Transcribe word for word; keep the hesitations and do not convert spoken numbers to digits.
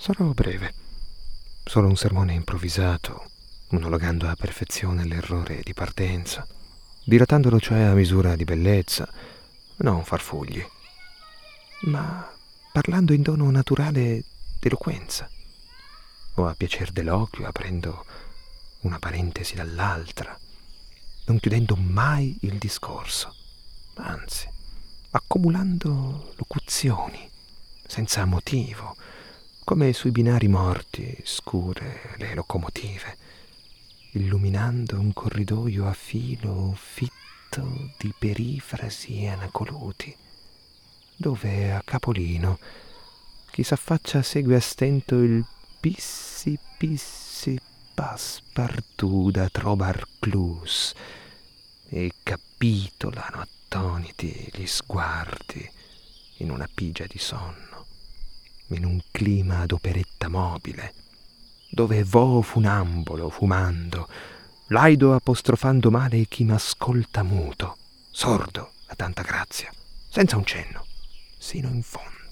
Sarò breve. Solo un sermone improvvisato, monologando a perfezione l'errore di partenza, dilatandolo cioè a misura di bellezza, non farfugli, ma parlando in tono naturale d'eloquenza, o a piacer d'eloquio, aprendo una parentesi dall'altra, non chiudendo mai il discorso, anzi, accumulando locuzioni, senza motivo, come sui binari morti, scure le locomotive, illuminando un corridoio a filo fitto di perifrasi anacoluti, dove a capolino chi s'affaccia segue a stento il pissi pissi passepartout da trobar clus e capitolano attoniti gli sguardi in una pigia di sonno, in un clima d'operetta mobile, dove vo funambolo fumando, laido apostrofando male chi m'ascolta muto, sordo a tanta grazia, senza un cenno, sino in fondo.